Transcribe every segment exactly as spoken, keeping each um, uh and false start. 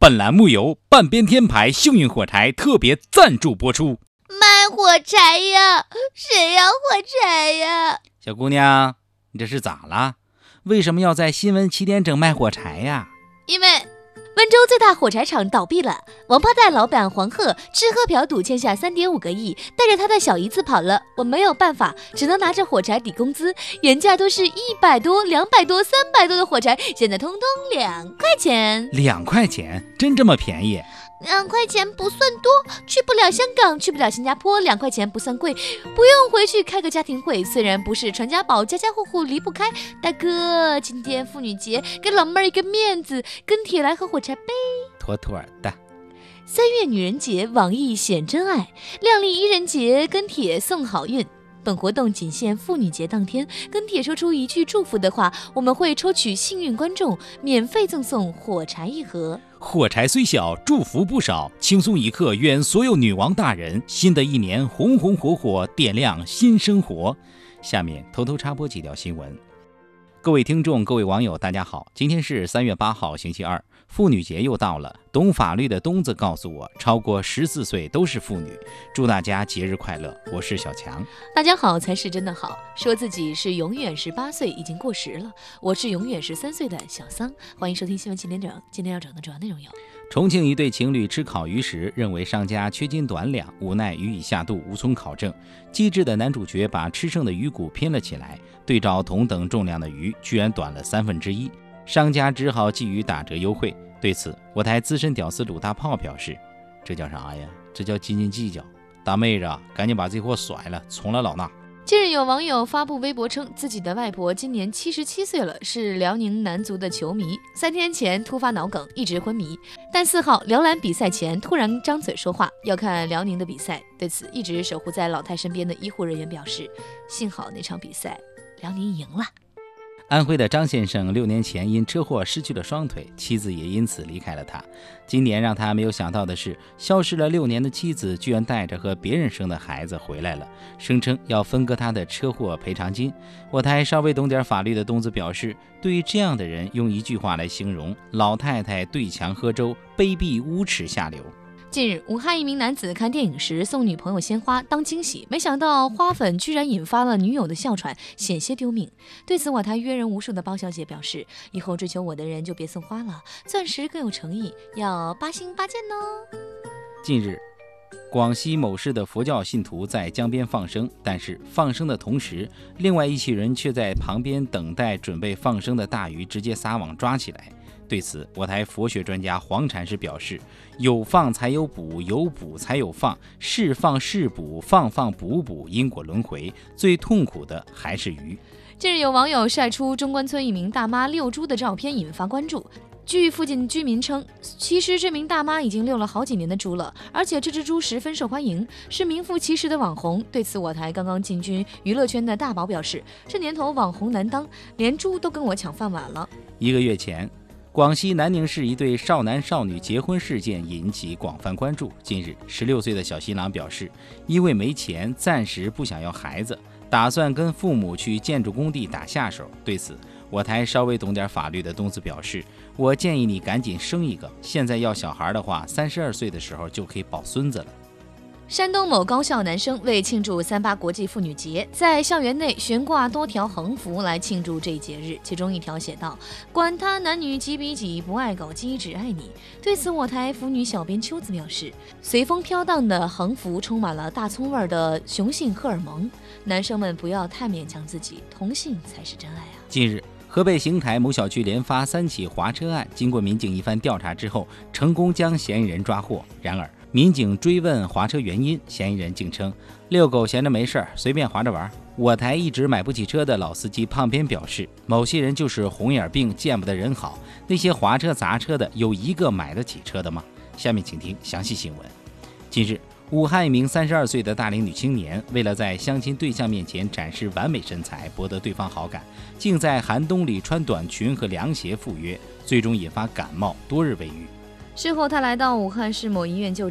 本栏目由半边天牌幸运火柴特别赞助播出。 卖火柴呀，谁要火柴呀？ 小姑娘，你这是咋了？为什么要在新闻七点整卖火柴呀？ 因为温州最大火柴厂倒闭了，王八蛋老板黄鹤吃喝嫖赌欠下 三点五个亿，带着他的小姨子跑了。我没有办法，只能拿着火柴抵工资，原价都是一百多、两百多、三百多的火柴，现在通通两块钱。 两块钱，真这么便宜？ 两块钱不算多，去不了香港，去不了新加坡，两块钱不算贵，不用回去开个家庭会。虽然不是传家宝，家家户户离不开。大哥，今天妇女节，给老妹儿一个面子，跟帖来盒火柴呗。 妥妥的。 三月女人节，网易显真爱，靓丽伊人节，跟帖送好运。本活动仅限妇女节当天，跟帖说出一句祝福的话，我们会抽取幸运观众，免费赠送火柴一盒。 火柴虽小，祝福不少。轻松一刻，愿所有女王大人新的一年红红火火，点亮新生活。下面偷偷插播几条新闻。各位听众，各位网友，大家好，今天是三月八号，星期二，妇女节又到了。懂法律的东子告诉我，超过十四岁都是妇女。祝大家节日快乐，我是小强。 大家好才是真的好，说自己是永远十八岁已经过时了。我是永远十三岁的小桑，欢迎收听新闻七点整。今天要整的主要内容有： 重庆一对情侣吃烤鱼时，认为商家缺斤短两，无奈鱼已下肚，无从考证。机智的男主角把吃剩的鱼骨拼了起来，对照同等重量的鱼，居然短了三分之一。商家只好给予打折优惠。对此，我台资深屌丝鲁大炮表示：“这叫啥呀？这叫斤斤计较。大妹子啊，赶紧把这货甩了，从了老衲。” 近日有网友发布微博称，自己的外婆今年七十七岁了，是辽宁男足的球迷，三天前突发脑梗，一直昏迷，但四号辽篮比赛前突然张嘴说话，要看辽宁的比赛。对此，一直守护在老太身边的医护人员表示，幸好那场比赛辽宁赢了。 安徽的张先生六年前因车祸失去了双腿，妻子也因此离开了他。今年让他没有想到的是，消失了六年的妻子居然带着和别人生的孩子回来了，声称要分割他的车祸赔偿金。我台稍微懂点法律的东子表示，对于这样的人，用一句话来形容：老太太对墙喝粥，卑鄙无耻下流。 近日，武汉一名男子看电影时送女朋友鲜花当惊喜，没想到花粉居然引发了女友的哮喘，险些丢命。对此，我台约人无数的包小姐表示，以后追求我的人就别送花了，钻石更有诚意，要八星八件哦。 近日，广西某市的佛教信徒在江边放生，但是放生的同时，另外一群人却在旁边等待准备放生的大鱼直接撒网抓起来。对此，我台佛学专家黄禅师表示，有放才有补，有补才有放，是放是补，放放补补，因果轮回，最痛苦的还是鱼。 近日有网友晒出中关村一名大妈遛猪的照片，引发关注。据附近居民称，其实这名大妈已经遛了好几年的猪了，而且这只猪十分受欢迎，是名副其实的网红。对此，我台刚刚进军娱乐圈的大宝表示，这年头网红难当，连猪都跟我抢饭碗了。 一个月前，广西南宁市一对少男少女结婚事件引起广泛关注。近日，十六岁的小新郎表示，因为没钱，暂时不想要孩子，打算跟父母去建筑工地打下手。对此，我台稍微懂点法律的东子表示，我建议你赶紧生一个，现在要小孩的话，三十二岁的时候就可以抱孙子了。 山东某高校男生为庆祝三八国际妇女节，在校园内悬挂多条横幅来庆祝这一节日，其中一条写道：“管他男女几比几，不爱搞基，只爱你。”对此，我台腐女小编秋子表示，随风飘荡的横幅充满了大葱味的雄性荷尔蒙，男生们不要太勉强自己，同性才是真爱啊！ 近日，河北邢台某小区连发三起划车案，经过民警一番调查之后，成功将嫌疑人抓获。然而，民警追问划车原因，嫌疑人竟称遛狗闲着没事儿，随便划着玩。我台一直买不起车的老司机胖边表示，某些人就是红眼病，见不得人好，那些划车砸车的有一个买得起车的吗？下面请听详细新闻。近日，武汉一名三十二岁的大龄女青年，为了在相亲对象面前展示完美身材，博得对方好感，竟在寒冬里穿短裙和凉鞋赴约，最终引发感冒，多日未愈。 事后，他来到武汉市某医院就诊。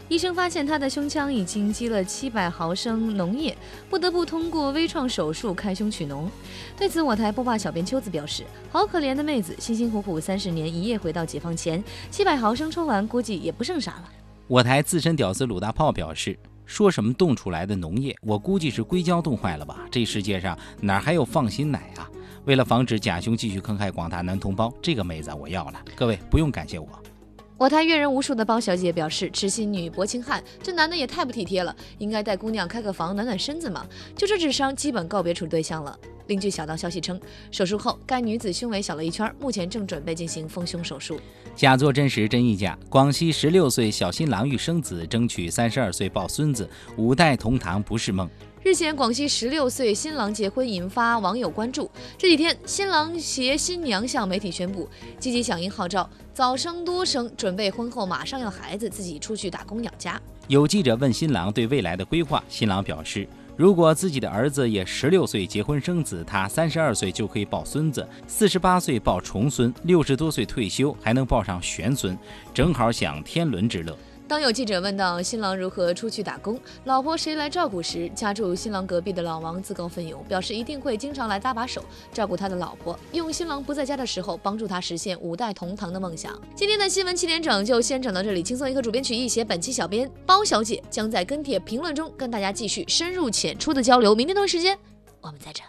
医生发现她的胸腔已经积了七百毫升脓液，不得不通过微创手术开胸取脓。对此，我台播报小编秋子表示：“好可怜的妹子，辛辛苦苦三十年，一夜回到解放前，七百毫升抽完，估计也不剩啥了。” 我台自身屌丝鲁大炮表示：“说什么冻出来的脓液，我估计是硅胶冻坏了吧？这世界上哪还有放心奶啊？”为了防止假胸继续坑害广大男同胞，这个妹子我要了，各位不用感谢我。 我台阅人无数的包小姐表示：“痴心女薄情汉，这男的也太不体贴了，应该带姑娘开个房暖暖身子嘛。就这智商，基本告别处对象了。”邻居小道消息称，手术后该女子胸围小了一圈，目前正准备进行丰胸手术。 假作真实真亦假，广西十六岁小新郎欲生子，争取三十二岁抱孙子，五代同堂不是梦。 日前，广西十六岁新郎结婚引发网友关注。这几天，新郎携新娘向媒体宣布，积极响应号召，早生多生，准备婚后马上要孩子，自己出去打工养家。 有记者问新郎对未来的规划，新郎表示，如果自己的儿子也十六岁结婚生子，他三十二岁就可以抱孙子，四十八岁抱重孙，六十多岁退休还能抱上玄孙，正好享天伦之乐。 当有记者问到新郎如何出去打工，老婆谁来照顾时，家住新郎隔壁的老王自告奋勇，表示一定会经常来搭把手，照顾他的老婆，用新郎不在家的时候帮助他实现五代同堂的梦想。今天的新闻七点整就先整到这里，轻松一刻主编曲艺写，本期小编包小姐将在跟帖评论中跟大家继续深入浅出的交流。明天同一时间我们再整。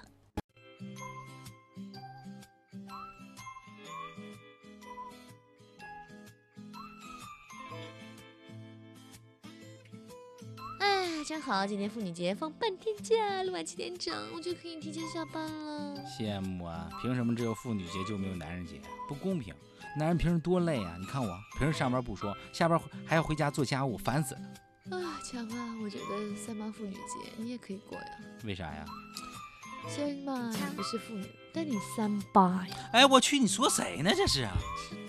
真好，今天妇女节放半天假，录完七点整，我就可以提前下班了。 羡慕啊！凭什么只有妇女节就没有男人节？不公平！男人平时多累啊！你看我，平时上班不说，下班还要回家做家务，烦死了。 啊，强啊！我觉得三八妇女节你也可以过呀。 为啥呀？ 先嘛，你不是妇女，但你三八呀。 哎，我去，你说谁呢？这是啊。